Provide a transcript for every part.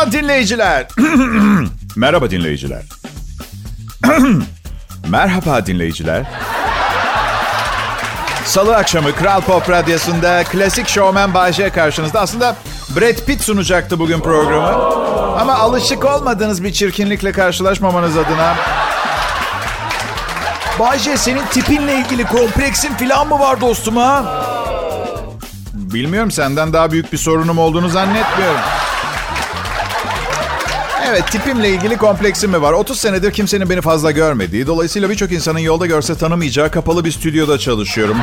Merhaba dinleyiciler. Merhaba dinleyiciler. Merhaba dinleyiciler. Salı akşamı Kral Pop Radyosu'nda klasik şovmen Bay J karşınızda. Aslında Brad Pitt sunacaktı bugün programı. Ama alışık olmadığınız bir çirkinlikle karşılaşmamanız adına... Bay J, senin tipinle ilgili kompleksin falan mı var dostum ha? Bilmiyorum, senden daha büyük bir sorunum olduğunu zannetmiyorum. Evet, tipimle ilgili kompleksim mi var? 30 senedir kimsenin beni fazla görmediği, dolayısıyla birçok insanın yolda görse tanımayacağı kapalı bir stüdyoda çalışıyorum.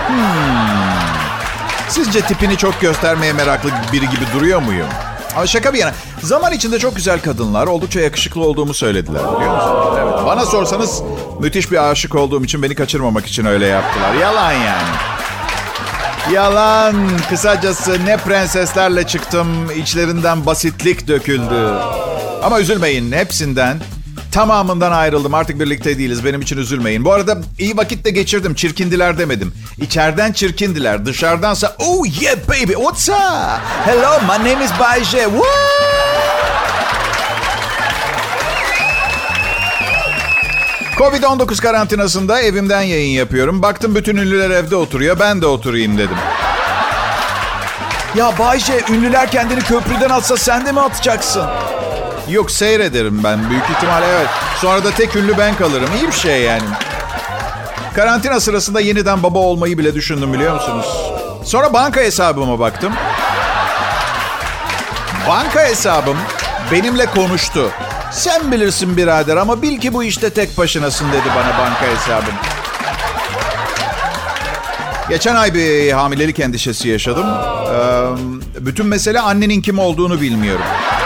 Sizce tipini çok göstermeye meraklı biri gibi duruyor muyum? Ama şaka bir yana, zaman içinde çok güzel kadınlar oldukça yakışıklı olduğumu söylediler, biliyor musunuz? Evet, bana sorsanız müthiş bir aşık olduğum için beni kaçırmamak için öyle yaptılar. Yalan yani. Yalan. Kısacası ne prenseslerle çıktım, içlerinden basitlik döküldü. Ama üzülmeyin, hepsinden, tamamından ayrıldım. Artık birlikte değiliz, benim için üzülmeyin. Bu arada iyi vakit de geçirdim, çirkindiler demedim. İçeriden çirkindiler, dışarıdansa oh yeah baby, what's up? Hello, my name is Bay J. Woo! Covid-19 karantinasında evimden yayın yapıyorum. Baktım bütün ünlüler evde oturuyor, ben de oturayım dedim. Ya Bay J, ünlüler kendini köprüden atsa sen de mi atacaksın? Yok, seyrederim ben büyük ihtimalle, evet. Sonra da tek ünlü ben kalırım. İyi bir şey yani. Karantina sırasında yeniden baba olmayı bile düşündüm, biliyor musunuz? Sonra banka hesabıma baktım. Banka hesabım benimle konuştu. Sen bilirsin birader ama bil ki bu işte tek başınasın dedi bana banka hesabım. Geçen ay bir hamilelik endişesi yaşadım. Bütün mesele annenin kim olduğunu bilmiyorum.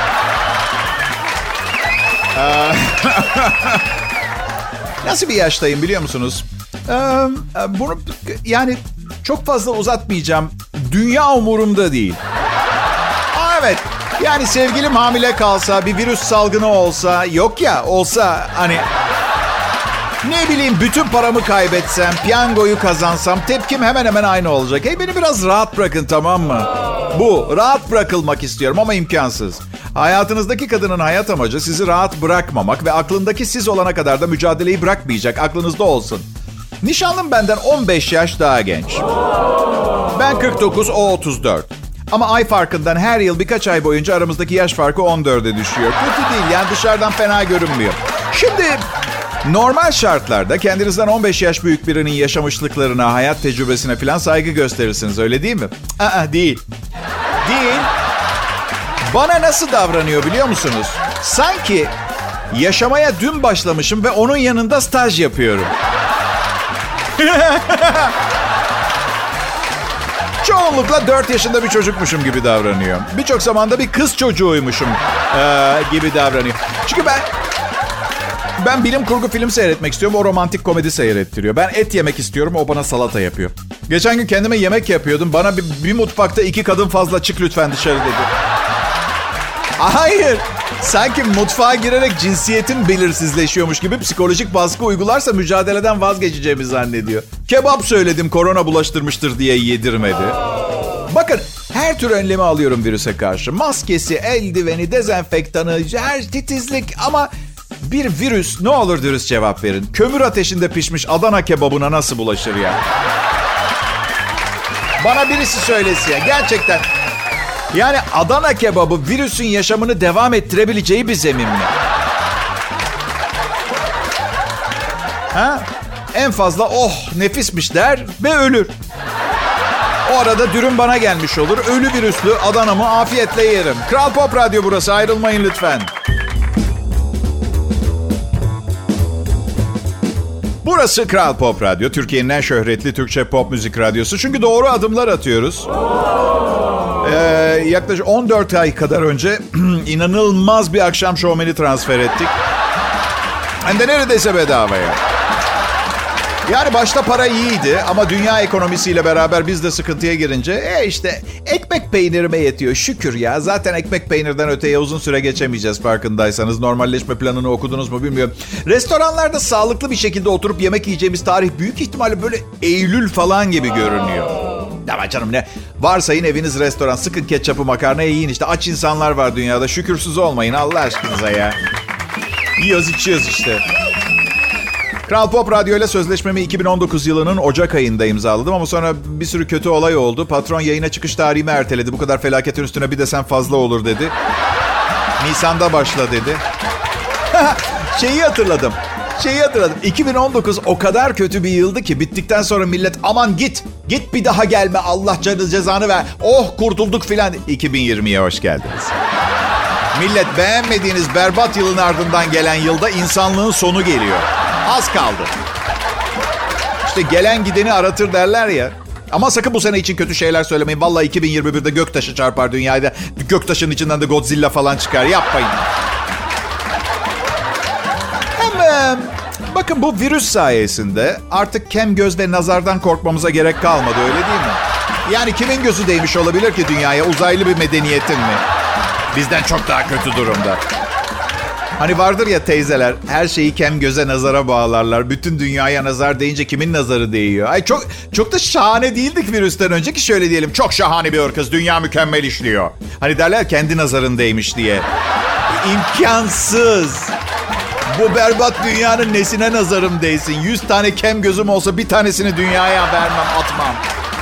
Nasıl bir yaştayım biliyor musunuz? Bunu yani çok fazla uzatmayacağım. Dünya umurumda değil. Evet. Yani sevgilim hamile kalsa, bir virüs salgını olsa, yok ya olsa hani... Ne bileyim, bütün paramı kaybetsem, piyangoyu kazansam tepkim hemen hemen aynı olacak. Hey, beni biraz rahat bırakın, tamam mı? Bu, rahat bırakılmak istiyorum ama imkansız. Hayatınızdaki kadının hayat amacı sizi rahat bırakmamak ve aklındaki siz olana kadar da mücadeleyi bırakmayacak, aklınızda olsun. Nişanlım benden 15 yaş daha genç. Ben 49, o 34. Ama ay farkından her yıl birkaç ay boyunca aramızdaki yaş farkı 14'e düşüyor. Kötü değil yani, dışarıdan fena görünmüyor. Şimdi normal şartlarda kendinizden 15 yaş büyük birinin yaşamışlıklarına, hayat tecrübesine falan saygı gösterirsiniz, öyle değil mi? Değil. Değil. Bana nasıl davranıyor biliyor musunuz? Sanki yaşamaya dün başlamışım ve onun yanında staj yapıyorum. Çoğunlukla 4 yaşında bir çocukmuşum gibi davranıyor. Birçok zamanda bir kız çocuğuymuşum gibi davranıyor. Çünkü ben bilim kurgu film seyretmek istiyorum, o romantik komedi seyrettiriyor. Ben et yemek istiyorum, o bana salata yapıyor. Geçen gün kendime yemek yapıyordum. Bana bir mutfakta 2 kadın fazla, çık lütfen dışarı dedi. Hayır. Sanki mutfağa girerek cinsiyetin belirsizleşiyormuş gibi psikolojik baskı uygularsa mücadeleden vazgeçeceğimi zannediyor. Kebap söyledim, korona bulaştırmıştır diye yedirmedi. Bakın, her tür önlemi alıyorum virüse karşı. Maskesi, eldiveni, dezenfektanı, her titizlik ama bir virüs, ne olur dürüst cevap verin. Kömür ateşinde pişmiş Adana kebabına nasıl bulaşır ya? Bana birisi söylesin ya, gerçekten. Yani Adana kebabı virüsün yaşamını devam ettirebileceği bir zemin mi? Ha? En fazla oh nefismiş der ve ölür. O arada dürüm bana gelmiş olur. Ölü virüslü Adana'mı afiyetle yerim. Kral Pop Radyo burası, ayrılmayın lütfen. Burası Kral Pop Radyo, Türkiye'nin en şöhretli Türkçe pop müzik radyosu. Çünkü doğru adımlar atıyoruz. Yaklaşık 14 ay kadar önce inanılmaz bir akşam şovmeni transfer ettik. Hem de neredeyse bedavaya. Yani başta para iyiydi ama dünya ekonomisiyle beraber biz de sıkıntıya girince işte ekmek peynirime yetiyor şükür ya. Zaten ekmek peynirden öteye uzun süre geçemeyeceğiz farkındaysanız. Normalleşme planını okudunuz mu bilmiyorum. Restoranlarda sağlıklı bir şekilde oturup yemek yiyeceğimiz tarih büyük ihtimalle böyle Eylül falan gibi görünüyor. Ama canım ne? Varsayın eviniz restoran. Sıkın ketçapı makarnayı yiyin işte. Aç insanlar var dünyada. Şükürsüz olmayın Allah aşkınıza ya. Yiyoruz içiyoruz işte. Kral Pop Radyo ile sözleşmemi 2019 yılının Ocak ayında imzaladım ama sonra bir sürü kötü olay oldu. Patron yayına çıkış tarihimi erteledi. Bu kadar felaketin üstüne bir de sen fazla olur dedi. Nisan'da başla dedi. Şeyi hatırladım. 2019 o kadar kötü bir yıldı ki bittikten sonra millet aman git bir daha gelme Allah cezanı ver. Oh kurtulduk filan. 2020'ye hoş geldiniz. Millet beğenmediğiniz berbat yılın ardından gelen yılda insanlığın sonu geliyor. Az kaldı. İşte gelen gideni aratır derler ya. Ama sakın bu sene için kötü şeyler söylemeyin. Vallahi 2021'de göktaşı çarpar dünyayı. Göktaşının içinden de Godzilla falan çıkar. Yapmayın. Hem bakın bu virüs sayesinde artık kem göz ve nazardan korkmamıza gerek kalmadı öyle değil mi? Yani kimin gözü değmiş olabilir ki dünyaya? Uzaylı bir medeniyetin mi? Bizden çok daha kötü durumda. Hani vardır ya teyzeler, her şeyi kem göze nazara bağlarlar. Bütün dünyaya nazar değince kimin nazarı değiyor? Ay çok da şahane değildik virüsten önce ki şöyle diyelim. Çok şahane bir ırkız, dünya mükemmel işliyor. Hani derler kendi nazarın değmiş diye. İmkansız. Bu berbat dünyanın nesine nazarım değsin? 100 tane kem gözüm olsa bir tanesini dünyaya vermem, atmam.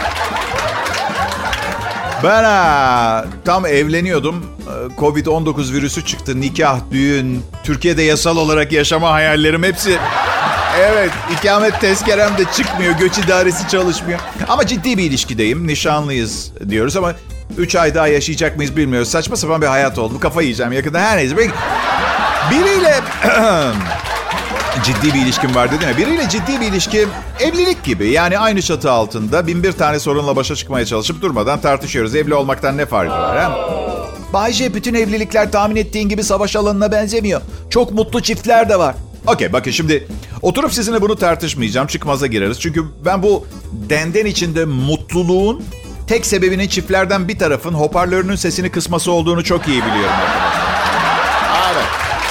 Ben tam evleniyordum. Covid-19 virüsü çıktı. Nikah, düğün, Türkiye'de yasal olarak yaşama hayallerim hepsi... Evet, ikamet tezkerem de çıkmıyor. Göç idaresi çalışmıyor. Ama ciddi bir ilişkideyim. Nişanlıyız diyoruz ama 3 ay daha yaşayacak mıyız bilmiyoruz. Saçma sapan bir hayat oldu. Kafayı yiyeceğim yakında. Her neyse. Biriyle... ciddi bir ilişkim var dedim ya. Biriyle ciddi bir ilişki evlilik gibi. Yani aynı çatı altında 1001 tane sorunla başa çıkmaya çalışıp durmadan tartışıyoruz. Evli olmaktan ne farkı var ha? Bay J, bütün evlilikler tahmin ettiğin gibi savaş alanına benzemiyor. Çok mutlu çiftler de var. Okey, bakın şimdi oturup sizinle bunu tartışmayacağım. Çıkmaza gireriz. Çünkü ben bu denden içinde mutluluğun tek sebebinin çiftlerden bir tarafın hoparlörünün sesini kısması olduğunu çok iyi biliyorum arkadaşlar. Evet.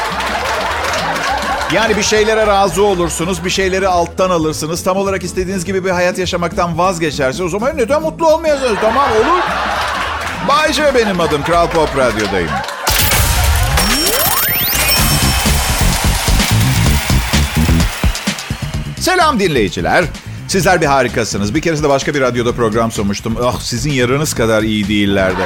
Yani bir şeylere razı olursunuz, bir şeyleri alttan alırsınız. Tam olarak istediğiniz gibi bir hayat yaşamaktan vazgeçersiniz. O zaman neden mutlu olmayasınız? Tamam, olur. Bay J benim adım. Kral Pop Radyo'dayım. Selam dinleyiciler. Sizler bir harikasınız. Bir keresinde başka bir radyoda program sunmuştum. Ah, sizin yarınız kadar iyi değillerdi.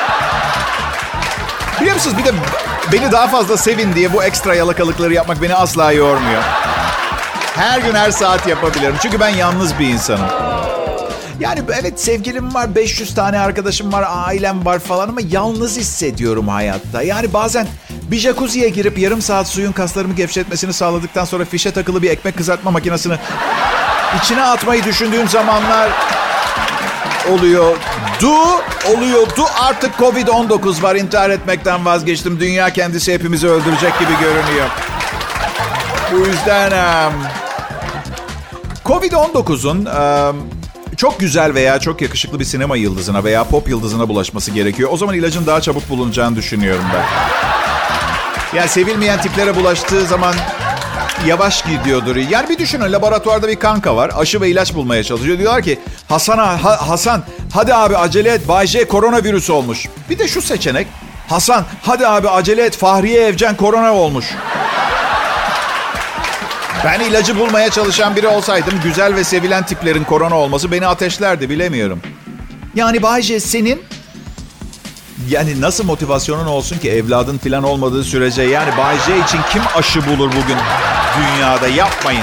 Biliyor musunuz, bir de beni daha fazla sevin diye bu ekstra yalakalıkları yapmak beni asla yormuyor. Her gün her saat yapabilirim. Çünkü ben yalnız bir insanım. Yani evet, sevgilim var, 500 tane arkadaşım var, ailem var falan ama yalnız hissediyorum hayatta. Yani bazen bir jacuzziye girip yarım saat suyun kaslarımı gevşetmesini sağladıktan sonra fişe takılı bir ekmek kızartma makinesini içine atmayı düşündüğüm zamanlar oluyordu. Artık Covid-19 var, intihar etmekten vazgeçtim. Dünya kendisi hepimizi öldürecek gibi görünüyor. Bu yüzden Covid-19'un çok güzel veya çok yakışıklı bir sinema yıldızına veya pop yıldızına bulaşması gerekiyor. O zaman ilacın daha çabuk bulunacağını düşünüyorum ben. Yani sevilmeyen tiplere bulaştığı zaman yavaş gidiyordur. Yani bir düşünün, laboratuvarda bir kanka var. Aşı ve ilaç bulmaya çalışıyor. Diyorlar ki Hasan hadi abi acele et. Bay J koronavirüs olmuş. Bir de şu seçenek. Hasan hadi abi acele et. Fahriye Evcen korona olmuş. Ben ilacı bulmaya çalışan biri olsaydım güzel ve sevilen tiplerin korona olması beni ateşlerdi, bilemiyorum. Yani Bay J, senin yani nasıl motivasyonun olsun ki evladın falan olmadığı sürece? Yani Bay J için kim aşı bulur bugün dünyada? Yapmayın.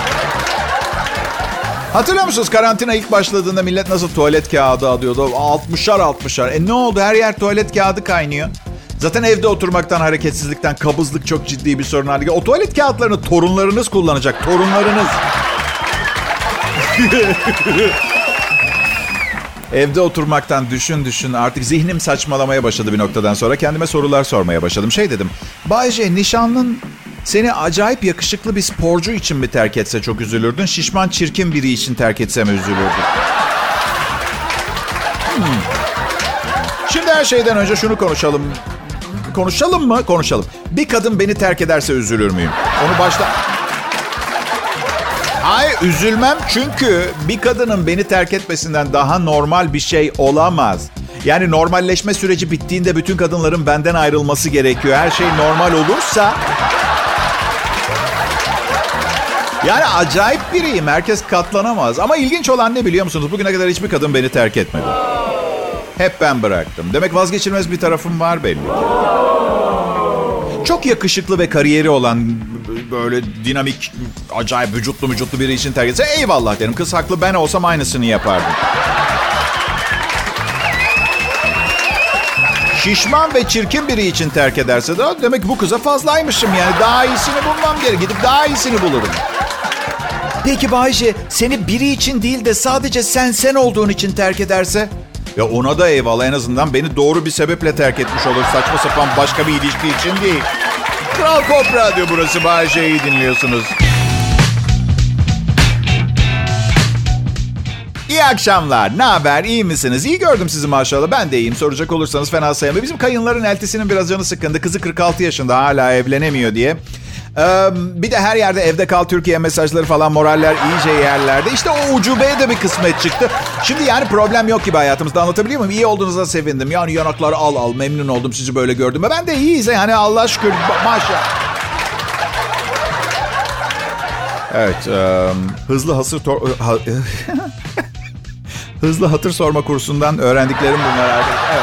Hatırlıyor musunuz, karantina ilk başladığında millet nasıl tuvalet kağıdı alıyordu? 60'ar. Ne oldu? Her yer tuvalet kağıdı kaynıyor. Zaten evde oturmaktan, hareketsizlikten, kabızlık çok ciddi bir sorun haline geliyor. O tuvalet kağıtlarını torunlarınız kullanacak. Torunlarınız. Evde oturmaktan düşün artık zihnim saçmalamaya başladı bir noktadan sonra. Kendime sorular sormaya başladım. Dedim. Bay J, nişanlın seni acayip yakışıklı bir sporcu için mi terk etse çok üzülürdün? Şişman çirkin biri için terk etse mi üzülürdün? Şimdi her şeyden önce şunu konuşalım. Konuşalım mı? Konuşalım. Bir kadın beni terk ederse üzülür müyüm? Onu başta... Hayır, üzülmem çünkü bir kadının beni terk etmesinden daha normal bir şey olamaz. Yani normalleşme süreci bittiğinde bütün kadınların benden ayrılması gerekiyor. Her şey normal olursa... Yani acayip biriyim. Herkes katlanamaz. Ama ilginç olan ne biliyor musunuz? Bugüne kadar hiçbir kadın beni terk etmedi. Hep ben bıraktım. Demek vazgeçilmez bir tarafım var belli. Çok yakışıklı ve kariyeri olan, böyle dinamik, acayip vücutlu biri için terk etse eyvallah derim. Kız haklı, ben olsam aynısını yapardım. Şişman ve çirkin biri için terk ederse de demek ki bu kıza fazlaymışım yani. Daha iyisini bulmam gerek. Gidip daha iyisini bulurum. Peki Bayce, seni biri için değil de sadece sen olduğun için terk ederse? Ya ona da eyvallah, en azından beni doğru bir sebeple terk etmiş olur. Saçma sapan başka bir ilişki için değil. Kral Pop Radyo burası, Bayce'yi dinliyorsunuz. İyi akşamlar. Ne haber? İyi misiniz? İyi gördüm sizi maşallah. Ben de iyiyim. Soracak olursanız fena sayılmıyor. Bizim kayınların eltisinin biraz canı sıkkındı. Kızı 46 yaşında, hala evlenemiyor diye. Bir de her yerde evde kal Türkiye mesajları falan, moraller iyice yerlerde. İşte o ucubeye de bir kısmet çıktı. Şimdi yani problem yok gibi hayatımızda, anlatabiliyor muyum? İyi olduğunuza sevindim. Yani yanakları al memnun oldum sizi böyle gördüm. Ben de iyiyiz yani, Allah şükür maşallah. Evet, hızlı hatır sorma kursundan öğrendiklerim bunlar artık. Evet.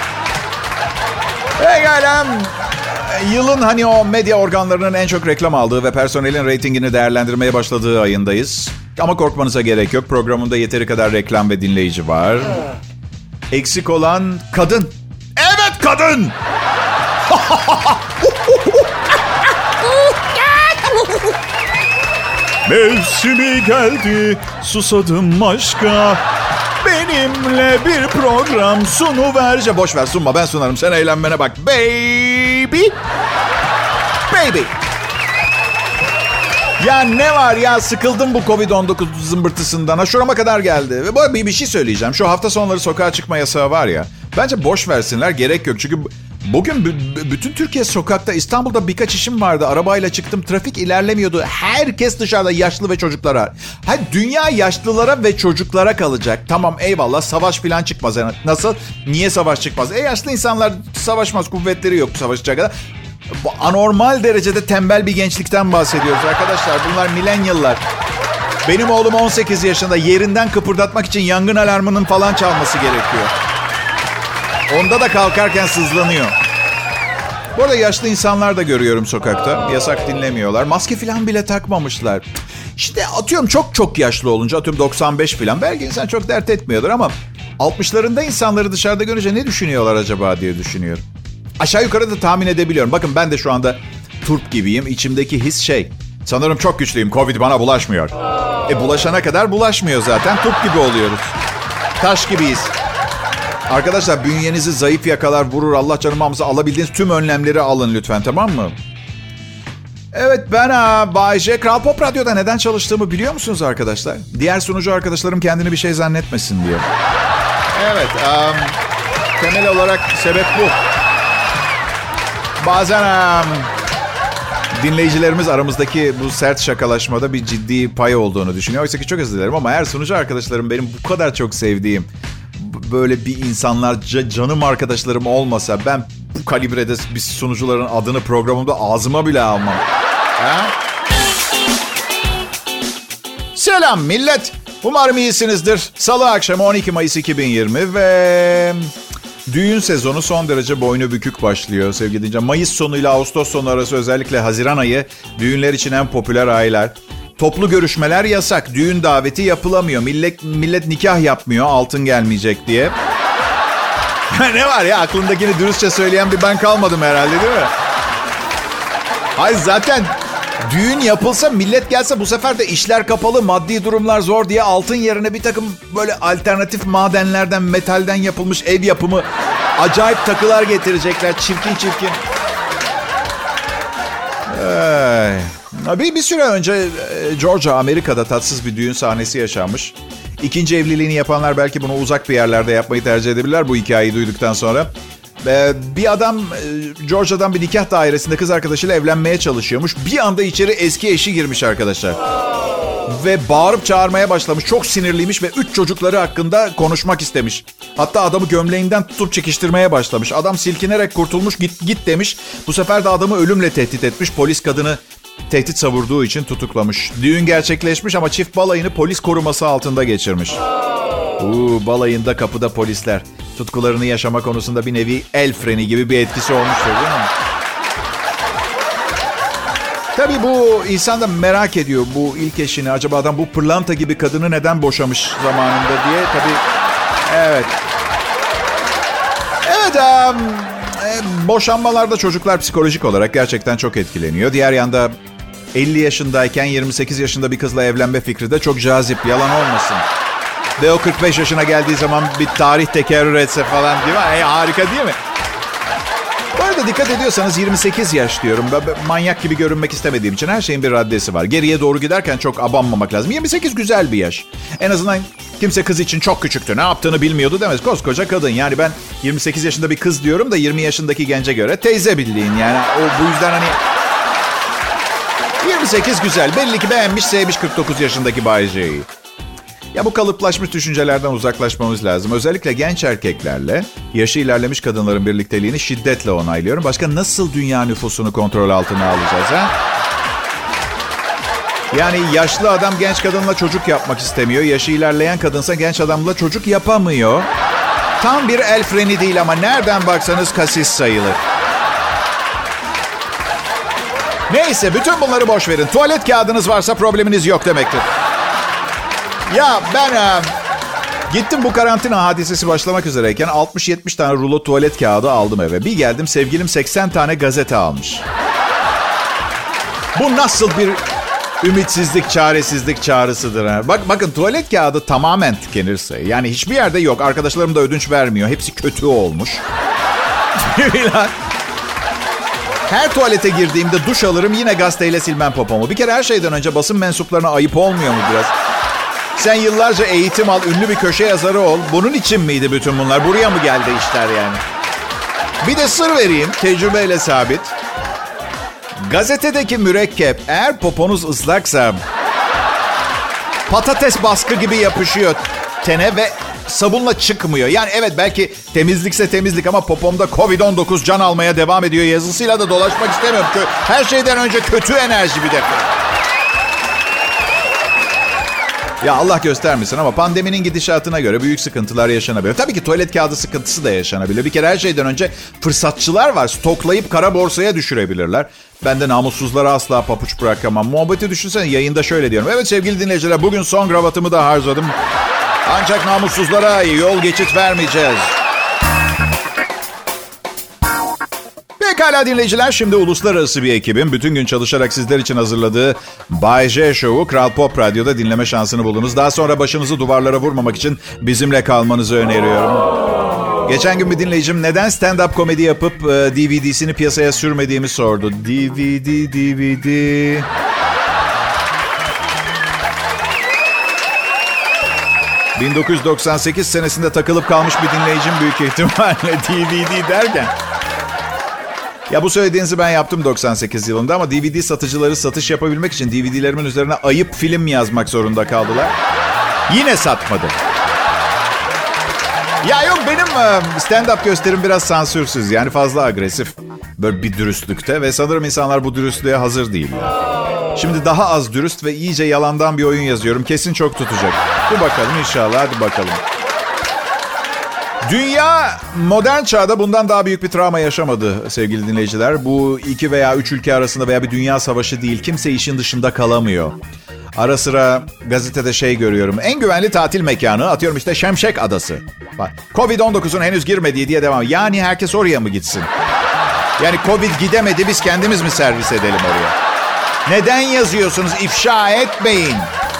Pekala. Yılın hani o medya organlarının en çok reklam aldığı ve personelin reytingini değerlendirmeye başladığı ayındayız. Ama korkmanıza gerek yok. Programımda yeteri kadar reklam ve dinleyici var. Eksik olan kadın. Evet, kadın. Mevsimi geldi, susadım aşka. Benimle bir program sunuver. Boş ver, sunma, ben sunarım. Sen eğlenmene bak. Baby. Ya ne var ya, sıkıldım bu Covid-19 zımbırtısından. Şurama kadar geldi. Ve bu bir şey söyleyeceğim. Şu hafta sonları sokağa çıkma yasağı var ya. Bence boş versinler, gerek yok. Çünkü bugün bütün Türkiye sokakta. İstanbul'da birkaç işim vardı. Arabayla çıktım. Trafik ilerlemiyordu. Herkes dışarıda, yaşlı ve çocuklara. Dünya yaşlılara ve çocuklara kalacak. Tamam eyvallah, savaş falan çıkmaz. Yani nasıl? Niye savaş çıkmaz? Yaşlı insanlar savaşmaz. Kuvvetleri yok savaşacak kadar. Anormal derecede tembel bir gençlikten bahsediyoruz arkadaşlar. Bunlar milenyıllar. Benim oğlum 18 yaşında, yerinden kıpırdatmak için yangın alarmının falan çalması gerekiyor. Onda da kalkarken sızlanıyor. Bu arada yaşlı insanlar da görüyorum sokakta. Yasak dinlemiyorlar. Maske falan bile takmamışlar. İşte atıyorum çok yaşlı olunca, atıyorum 95 falan. Belki insan çok dert etmiyordur ama 60'larında insanları dışarıda görünce ne düşünüyorlar acaba diye düşünüyorum. Aşağı yukarı da tahmin edebiliyorum. Bakın ben de şu anda turp gibiyim. İçimdeki his sanırım çok güçlüyüm. Covid bana bulaşmıyor. Bulaşana kadar bulaşmıyor zaten. Turp gibi oluyoruz. Taş gibiyiz. Arkadaşlar bünyenizi zayıf yakalar, vurur. Allah canımı almasın. Alabildiğiniz tüm önlemleri alın lütfen, tamam mı? Evet, ben Bayce. Kral Pop Radyo'da neden çalıştığımı biliyor musunuz arkadaşlar? Diğer sunucu arkadaşlarım kendini bir şey zannetmesin diye. Evet. Temel olarak sebep bu. Bazen dinleyicilerimiz aramızdaki bu sert şakalaşmada bir ciddi pay olduğunu düşünüyor. Oysa ki çok özür dilerim ama eğer sunucu arkadaşlarım benim bu kadar çok sevdiğim böyle bir insanlar, canım arkadaşlarım olmasa ben bu kalibrede bir sunucuların adını programımda ağzıma bile almam. Ha? Selam millet. Umarım iyisinizdir. Salı akşamı 12 Mayıs 2020 ve düğün sezonu son derece boynu bükük başlıyor sevgili dinleyiciler. Mayıs sonuyla Ağustos sonu arası, özellikle Haziran ayı düğünler için en popüler aylar. Toplu görüşmeler yasak. Düğün daveti yapılamıyor. Millet nikah yapmıyor altın gelmeyecek diye. Ne var ya, aklındakini dürüstçe söyleyen bir ben kalmadım herhalde, değil mi? Hayır, zaten düğün yapılsa, millet gelse, bu sefer de işler kapalı, maddi durumlar zor diye altın yerine bir takım böyle alternatif madenlerden, metalden yapılmış ev yapımı acayip takılar getirecekler. Çirkin. Bir süre önce Georgia, Amerika'da tatsız bir düğün sahnesi yaşanmış. İkinci evliliğini yapanlar belki bunu uzak bir yerlerde yapmayı tercih edebilirler bu hikayeyi duyduktan sonra. Bir adam Georgia'dan bir nikah dairesinde kız arkadaşıyla evlenmeye çalışıyormuş. Bir anda içeri eski eşi girmiş arkadaşlar. Ve bağırıp çağırmaya başlamış. Çok sinirliymiş ve 3 çocukları hakkında konuşmak istemiş. Hatta adamı gömleğinden tutup çekiştirmeye başlamış. Adam silkinerek kurtulmuş, git demiş. Bu sefer de adamı ölümle tehdit etmiş. Polis kadını tehdit savurduğu için tutuklamış. Düğün gerçekleşmiş ama çift balayını polis koruması altında geçirmiş. Balayında kapıda polisler. Tutkularını yaşama konusunda bir nevi el freni gibi bir etkisi olmuştur, değil mi? Tabii bu insan da merak ediyor bu ilk eşini. Acaba adam bu pırlanta gibi kadını neden boşamış zamanında diye. Tabii evet. Evet, boşanmalarda çocuklar psikolojik olarak gerçekten çok etkileniyor. Diğer yanda 50 yaşındayken 28 yaşında bir kızla evlenme fikri de çok cazip, yalan olmasın. Ve o 45 yaşına geldiği zaman bir tarih tekerrür etse falan değil mi? Harika değil mi? Bu arada dikkat ediyorsanız 28 yaş diyorum. Ben manyak gibi görünmek istemediğim için her şeyin bir raddesi var. Geriye doğru giderken çok abanmamak lazım. 28 güzel bir yaş. En azından kimse kız için çok küçüktü, ne yaptığını bilmiyordu demez. Koskoca kadın. Yani ben 28 yaşında bir kız diyorum da 20 yaşındaki gence göre teyze bildiğin. Yani o bu yüzden hani 28 güzel. Belli ki beğenmiş, sevmiş 49 yaşındaki Bay J'yi. Ya bu kalıplaşmış düşüncelerden uzaklaşmamız lazım. Özellikle genç erkeklerle yaşı ilerlemiş kadınların birlikteliğini şiddetle onaylıyorum. Başka nasıl dünya nüfusunu kontrol altına alacağız ha? Yani yaşlı adam genç kadınla çocuk yapmak istemiyor. Yaşı ilerleyen kadınsa genç adamla çocuk yapamıyor. Tam bir el freni değil ama nereden baksanız kasis sayılır. Neyse, bütün bunları boş verin. Tuvalet kağıdınız varsa probleminiz yok demektir. Ya ben gittim bu karantina hadisesi başlamak üzereyken 60-70 tane rulo tuvalet kağıdı aldım eve. Bir geldim, sevgilim 80 tane gazete almış. Bu nasıl bir ümitsizlik, çaresizlik çağrısıdır. Ha? Bakın tuvalet kağıdı tamamen tükenirse, yani hiçbir yerde yok. Arkadaşlarım da ödünç vermiyor. Hepsi kötü olmuş. Her tuvalete girdiğimde duş alırım, yine gazeteyle silmem popomu. Bir kere her şeyden önce basın mensuplarına ayıp olmuyor mu biraz? Sen yıllarca eğitim al, ünlü bir köşe yazarı ol. Bunun için miydi bütün bunlar? Buraya mı geldi işler yani? Bir de sır vereyim, tecrübeyle sabit. Gazetedeki mürekkep eğer poponuz ıslaksa patates baskı gibi yapışıyor tene ve sabunla çıkmıyor. Yani evet, belki temizlikse temizlik ama popomda Covid-19 can almaya devam ediyor yazısıyla da dolaşmak istemiyorum. Her şeyden önce kötü enerji bir defa. Ya Allah göstermesin ama pandeminin gidişatına göre büyük sıkıntılar yaşanabilir. Tabii ki tuvalet kağıdı sıkıntısı da yaşanabilir. Bir kere her şeyden önce fırsatçılar var. Stoklayıp kara borsaya düşürebilirler. Ben de namussuzlara asla papuç bırakamam. Muhabbeti düşünsene, yayında şöyle diyorum. Evet sevgili dinleyiciler, bugün son kravatımı da harcadım. Ancak namussuzlara yol geçit vermeyeceğiz. Pekala dinleyiciler, şimdi uluslararası bir ekibin bütün gün çalışarak sizler için hazırladığı Bay J Show'u Kral Pop Radyo'da dinleme şansını buldunuz. Daha sonra başınızı duvarlara vurmamak için bizimle kalmanızı öneriyorum. Geçen gün bir dinleyicim neden stand-up komedi yapıp DVD'sini piyasaya sürmediğimi sordu. DVD. 1998 senesinde takılıp kalmış bir dinleyicim büyük ihtimalle DVD derken. Ya bu söylediğinizi ben yaptım 98 yılında ama DVD satıcıları satış yapabilmek için DVD'lerimin üzerine ayıp film yazmak zorunda kaldılar. Yine satmadı. Ya yok, benim stand-up gösterim biraz sansürsüz, yani fazla agresif. Böyle bir dürüstlükte ve sanırım insanlar bu dürüstlüğe hazır değiller. Şimdi daha az dürüst ve iyice yalandan bir oyun yazıyorum. Kesin çok tutacak. Dur bakalım inşallah, hadi bakalım. Dünya modern çağda bundan daha büyük bir travma yaşamadı sevgili dinleyiciler. Bu 2 veya 3 ülke arasında veya bir dünya savaşı değil. Kimse işin dışında kalamıyor. Ara sıra gazetede şey görüyorum. En güvenli tatil mekanı, atıyorum işte Şemşek Adası. Bak, Covid-19'un henüz girmediği diye devam. Yani herkes oraya mı gitsin? Yani Covid gidemedi, biz kendimiz mi servis edelim oraya? Neden yazıyorsunuz? İfşa etmeyin.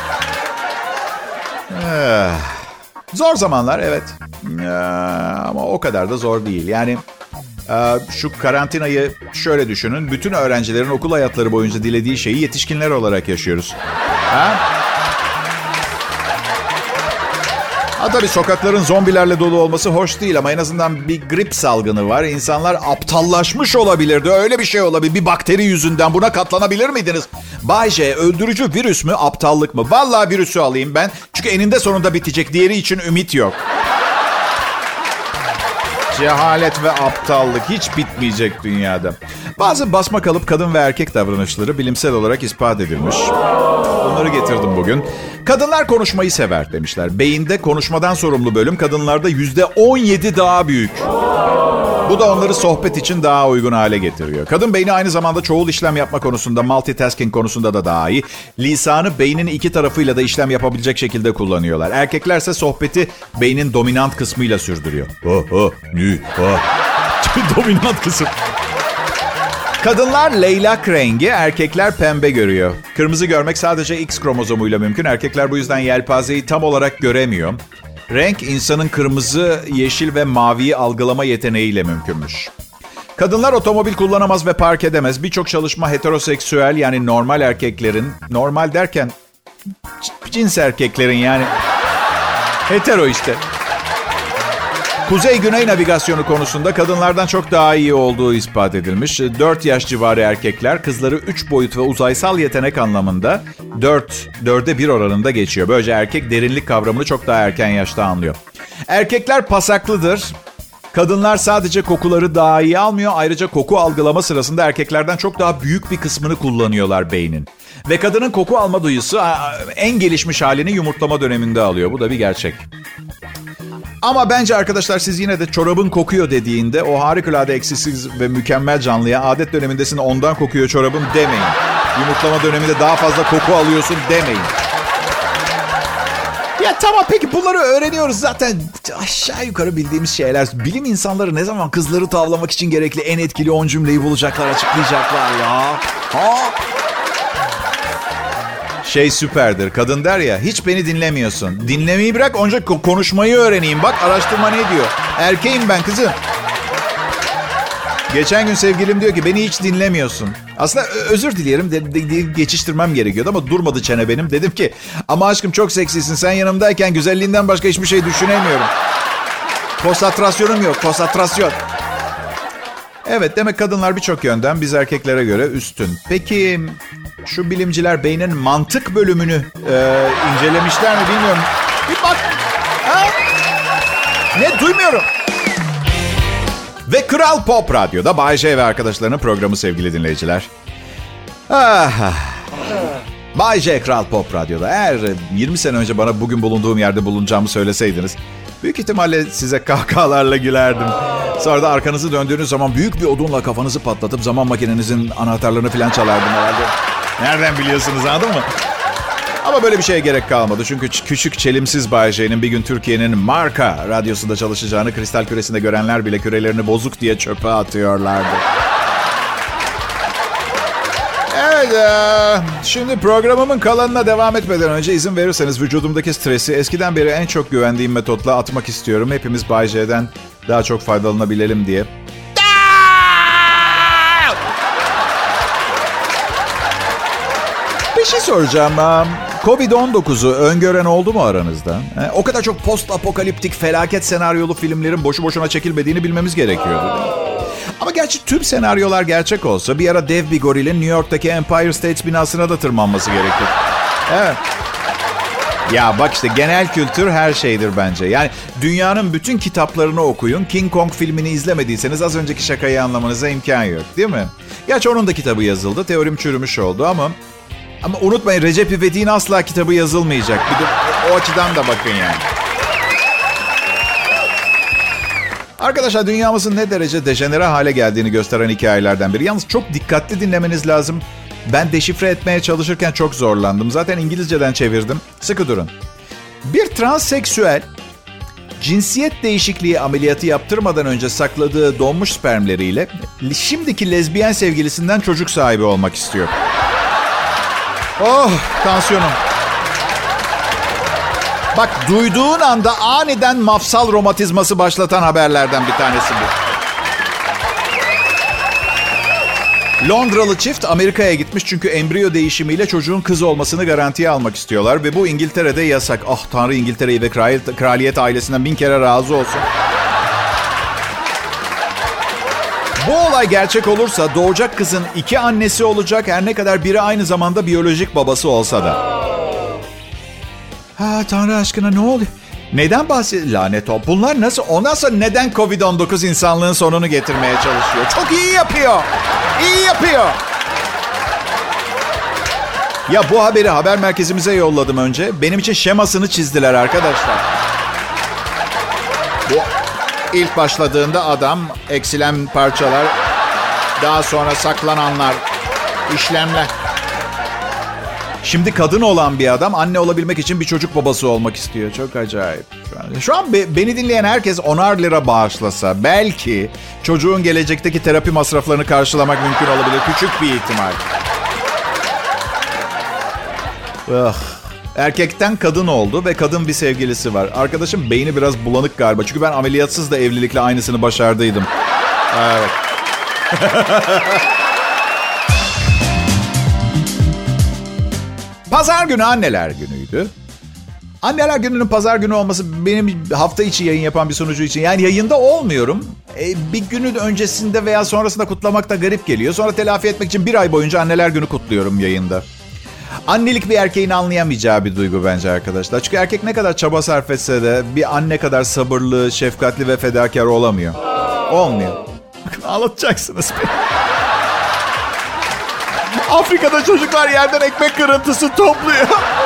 Zor zamanlar evet. Ama o kadar da zor değil. Yani şu karantinayı şöyle düşünün. Bütün öğrencilerin okul hayatları boyunca dilediği şeyi yetişkinler olarak yaşıyoruz. Ha? Tabii sokakların zombilerle dolu olması hoş değil ama en azından bir grip salgını var. İnsanlar aptallaşmış olabilirdi. Öyle bir şey olabilir. Bir bakteri yüzünden buna katlanabilir miydiniz? Bay J, öldürücü virüs mü, aptallık mı? Vallahi virüsü alayım ben. Çünkü eninde sonunda bitecek. Diğeri için ümit yok. Cehalet ve aptallık hiç bitmeyecek dünyada. Bazı basma kalıp kadın ve erkek davranışları bilimsel olarak ispat edilmiş. Onları getirdim bugün. Kadınlar konuşmayı sever demişler. Beyinde konuşmadan sorumlu bölüm kadınlarda %17 daha büyük. Bu da onları sohbet için daha uygun hale getiriyor. Kadın beyni aynı zamanda çoğul işlem yapma konusunda, multitasking konusunda da daha iyi. Lisanı beynin iki tarafıyla da işlem yapabilecek şekilde kullanıyorlar. Erkeklerse sohbeti beynin dominant kısmıyla sürdürüyor. Dominant kısım. Kadınlar leylak rengi, erkekler pembe görüyor. Kırmızı görmek sadece X kromozomuyla mümkün. Erkekler bu yüzden yelpazeyi tam olarak göremiyor. Renk insanın kırmızı, yeşil ve maviyi algılama yeteneğiyle mümkünmüş. Kadınlar otomobil kullanamaz ve park edemez. Birçok çalışma heteroseksüel yani normal erkeklerin, normal derken cins erkeklerin yani hetero işte. Kuzey-güney navigasyonu konusunda kadınlardan çok daha iyi olduğu ispat edilmiş. 4 yaş civarı erkekler kızları 3 boyut ve uzaysal yetenek anlamında 4'e 1 oranında geçiyor. Böylece erkek derinlik kavramını çok daha erken yaşta anlıyor. Erkekler pasaklıdır. Kadınlar sadece kokuları daha iyi almıyor. Ayrıca koku algılama sırasında erkeklerden çok daha büyük bir kısmını kullanıyorlar beynin. Ve kadının koku alma duyusu en gelişmiş halini yumurtlama döneminde alıyor. Bu da bir gerçek. Ama bence arkadaşlar siz yine de çorabın kokuyor dediğinde o harikulade eksiksiz ve mükemmel canlıya adet dönemindesin ondan kokuyor çorabın demeyin. Yumurtlama döneminde daha fazla koku alıyorsun demeyin. Ya tamam peki bunları öğreniyoruz zaten aşağı yukarı bildiğimiz şeyler. Bilim insanları ne zaman kızları tavlamak için gerekli en etkili 10 cümleyi bulacaklar, açıklayacaklar ya. Ha? Şey süperdir. Kadın der ya hiç beni dinlemiyorsun. Dinlemeyi bırak önce konuşmayı öğreneyim. Bak araştırma ne diyor. Erkeğim ben kızım. Geçen gün sevgilim diyor ki beni hiç dinlemiyorsun. Aslında özür dilerim geçiştirmem gerekiyordu ama durmadı çene benim. Dedim ki ama aşkım çok seksisin. Sen yanımdayken güzelliğinden başka hiçbir şey düşünemiyorum. Konsantrasyonum yok. Konsantrasyon. Evet demek kadınlar birçok yönden biz erkeklere göre üstün. Peki şu bilimciler beynin mantık bölümünü incelemişler mi bilmiyorum. Bir bak. Ha? Ne duymuyorum. Ve Kral Pop Radyo'da Bay J ve arkadaşlarının programı sevgili dinleyiciler. Bay J Kral Pop Radyo'da. Eğer 20 sene önce bana bugün bulunduğum yerde bulunacağımı söyleseydiniz büyük ihtimalle size kahkahalarla gülerdim. Sonra da arkanızı döndüğünüz zaman büyük bir odunla kafanızı patlatıp zaman makinenizin anahtarlarını falan çalardım herhalde. Nereden biliyorsunuz anladın mı? Ama böyle bir şeye gerek kalmadı. Çünkü küçük çelimsiz Bay J'nin bir gün Türkiye'nin marka radyosunda çalışacağını kristal küresinde görenler bile kürelerini bozuk diye çöpe atıyorlardı. Evet, şimdi programımın kalanına devam etmeden önce izin verirseniz vücudumdaki stresi eskiden beri en çok güvendiğim metotla atmak istiyorum. Hepimiz Bay J'den daha çok faydalanabilelim diye. Bir şey soracağım. Covid-19'u öngören oldu mu aranızda? O kadar çok post-apokaliptik felaket senaryolu filmlerin boşu boşuna çekilmediğini bilmemiz gerekiyordu. Ama gerçi tüm senaryolar gerçek olsa bir ara dev bir gorilin New York'taki Empire State binasına da tırmanması gerekir. Evet. Ya bak işte genel kültür her şeydir bence. Yani dünyanın bütün kitaplarını okuyun. King Kong filmini izlemediyseniz az önceki şakayı anlamanıza imkan yok değil mi? Gerçi onun da kitabı yazıldı. Teorim çürümüş oldu ama unutmayın Recep İvedik'in asla kitabı yazılmayacak. Bir de o açıdan da bakın yani. Arkadaşlar dünyamızın ne derece dejenere hale geldiğini gösteren hikayelerden biri. Yalnız çok dikkatli dinlemeniz lazım. Ben deşifre etmeye çalışırken çok zorlandım. Zaten İngilizceden çevirdim. Sıkı durun. Bir transseksüel cinsiyet değişikliği ameliyatı yaptırmadan önce sakladığı donmuş spermleriyle şimdiki lezbiyen sevgilisinden çocuk sahibi olmak istiyor. Oh, tansiyonum. Bak duyduğun anda aniden mafsal romatizması başlatan haberlerden bir tanesi bu. Londralı çift Amerika'ya gitmiş çünkü embriyo değişimiyle çocuğun kız olmasını garantiye almak istiyorlar. Ve bu İngiltere'de yasak. Ah Tanrı İngiltere'yi ve kraliyet ailesinden 1000 kere razı olsun. Bu olay gerçek olursa doğacak kızın 2 annesi olacak. Her ne kadar biri aynı zamanda biyolojik babası olsa da. Ha Tanrı aşkına ne oluyor? Neden bahsediyor? Lanet ol. Bunlar nasıl? Ondan sonra neden Covid-19 insanlığın sonunu getirmeye çalışıyor? Çok iyi yapıyor. İyi yapıyor. Ya bu haberi haber merkezimize yolladım önce. Benim için şemasını çizdiler arkadaşlar. Bu ilk başladığında adam, eksilen parçalar, daha sonra saklananlar, işlemler. Şimdi kadın olan bir adam anne olabilmek için bir çocuk babası olmak istiyor. Çok acayip. Şu an beni dinleyen herkes 10'ar lira bağışlasa belki çocuğun gelecekteki terapi masraflarını karşılamak mümkün olabilir. Küçük bir ihtimal. Erkekten kadın oldu ve kadın bir sevgilisi var. Arkadaşım beyni biraz bulanık galiba. Çünkü ben ameliyatsız da evlilikle aynısını başardıydım. Evet. Pazar günü anneler günüydü. Anneler gününün pazar günü olması benim hafta içi yayın yapan bir sunucu için. Yani yayında olmuyorum. Bir günün öncesinde veya sonrasında kutlamak da garip geliyor. Sonra telafi etmek için 1 ay boyunca anneler günü kutluyorum yayında. Annelik bir erkeğin anlayamayacağı bir duygu bence arkadaşlar. Çünkü erkek ne kadar çaba sarf etse de bir anne kadar sabırlı, şefkatli ve fedakar olamıyor. Olmuyor. Ağlatacaksınız beni. Afrika'da çocuklar yerden ekmek kırıntısı topluyor.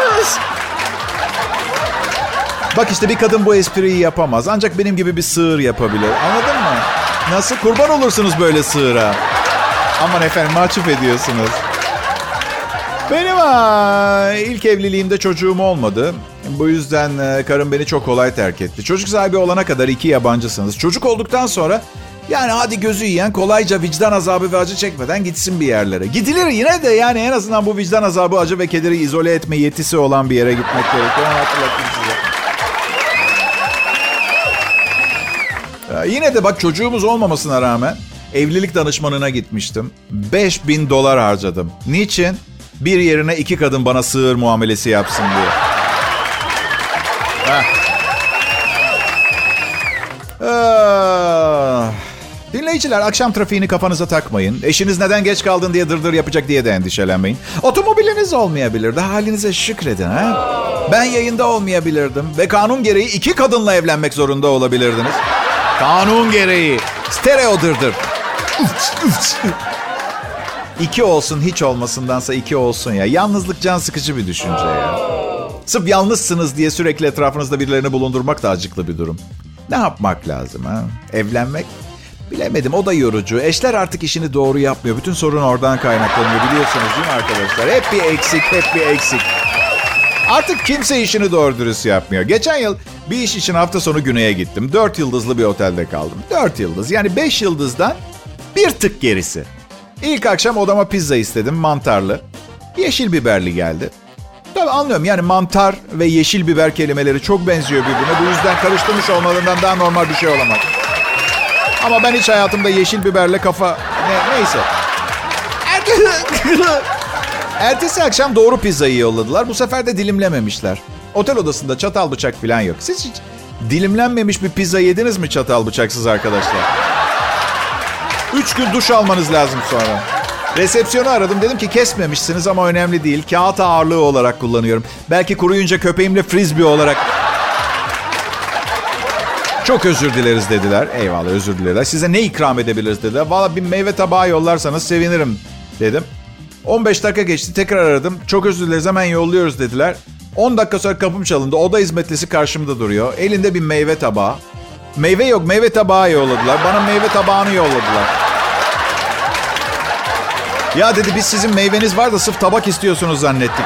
Bak işte bir kadın bu espriyi yapamaz. Ancak benim gibi bir sığır yapabilir. Anladın mı? Nasıl? Kurban olursunuz böyle sığıra. Aman efendim mahcup ediyorsunuz. Benim ilk evliliğimde çocuğum olmadı. Bu yüzden karım beni çok kolay terk etti. Çocuk sahibi olana kadar 2 yabancısınız. Çocuk olduktan sonra yani hadi gözü yiyen kolayca vicdan azabı ve acı çekmeden gitsin bir yerlere. Gidilir yine de yani en azından bu vicdan azabı, acı ve kederi izole etme yetisi olan bir yere gitmek gerekiyor. Onu hatırlatayım size. Yine de bak çocuğumuz olmamasına rağmen evlilik danışmanına gitmiştim. $5,000 harcadım. Niçin? Bir yerine 2 kadın bana sığır muamelesi yapsın diye. Dinleyiciler akşam trafiğini kafanıza takmayın. Eşiniz neden geç kaldın diye dırdır yapacak diye de endişelenmeyin. Otomobiliniz olmayabilir. Daha halinize şükredin. Ha? Ben yayında olmayabilirdim. Ve kanun gereği 2 kadınla evlenmek zorunda olabilirdiniz. Kanun gereği. Stereo dırdır. 2 olsun hiç olmasındansa 2 olsun ya. Yalnızlık can sıkıcı bir düşünce ya. Sırf yalnızsınız diye sürekli etrafınızda birilerini bulundurmak da acıklı bir durum. Ne yapmak lazım ha? Evlenmek? Bilemedim, o da yorucu. Eşler artık işini doğru yapmıyor. Bütün sorun oradan kaynaklanıyor biliyorsunuz değil mi arkadaşlar? Hep bir eksik, hep bir eksik. Artık kimse işini doğru dürüst yapmıyor. Geçen yıl bir iş için hafta sonu güneye gittim. 4 yıldızlı bir otelde kaldım. 4 yıldız yani 5 yıldızdan bir tık gerisi. İlk akşam odama pizza istedim, mantarlı. Yeşil biberli geldi. Tabii anlıyorum yani mantar ve yeşil biber kelimeleri çok benziyor birbirine. Bu yüzden karıştırmış olmalarından daha normal bir şey olamaz. Ama ben hiç hayatımda yeşil biberle neyse. Ertesi akşam doğru pizzayı yolladılar. Bu sefer de dilimlememişler. Otel odasında çatal bıçak falan yok. Siz hiç dilimlenmemiş bir pizza yediniz mi çatal bıçaksız arkadaşlar? 3 gün duş almanız lazım sonra. Resepsiyonu aradım. Dedim ki kesmemişsiniz ama önemli değil. Kağıt ağırlığı olarak kullanıyorum. Belki kuruyunca köpeğimle frisbee olarak. Çok özür dileriz dediler. Eyvallah özür dilerim. Size ne ikram edebiliriz dediler. Valla bir meyve tabağı yollarsanız sevinirim dedim. 15 dakika geçti, tekrar aradım. Çok özür dileriz hemen yolluyoruz dediler. 10 dakika sonra kapım çalındı. Oda hizmetlisi karşımda duruyor. Elinde bir meyve tabağı. Meyve yok, meyve tabağı yolladılar. Bana meyve tabağını yolladılar. Ya dedi biz sizin meyveniz var da sırf tabak istiyorsunuz zannettik.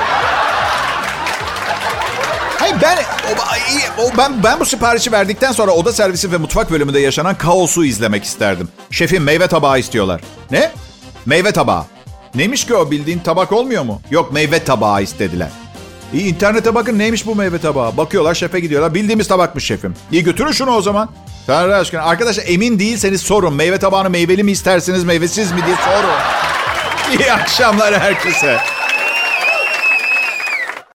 Hayır ben bu siparişi verdikten sonra oda servisi ve mutfak bölümünde yaşanan kaosu izlemek isterdim. Şefim meyve tabağı istiyorlar. Ne? Meyve tabağı. Neymiş ki o, bildiğin tabak olmuyor mu? Yok meyve tabağı istediler. İyi internete bakın neymiş bu meyve tabağı. Bakıyorlar şefe gidiyorlar. Bildiğimiz tabakmış şefim. İyi götürün şunu o zaman. Tanrı aşkına. Arkadaşlar emin değilseniz sorun. Meyve tabağını meyveli mi istersiniz meyvesiz mi diye sorun. İyi akşamlar herkese.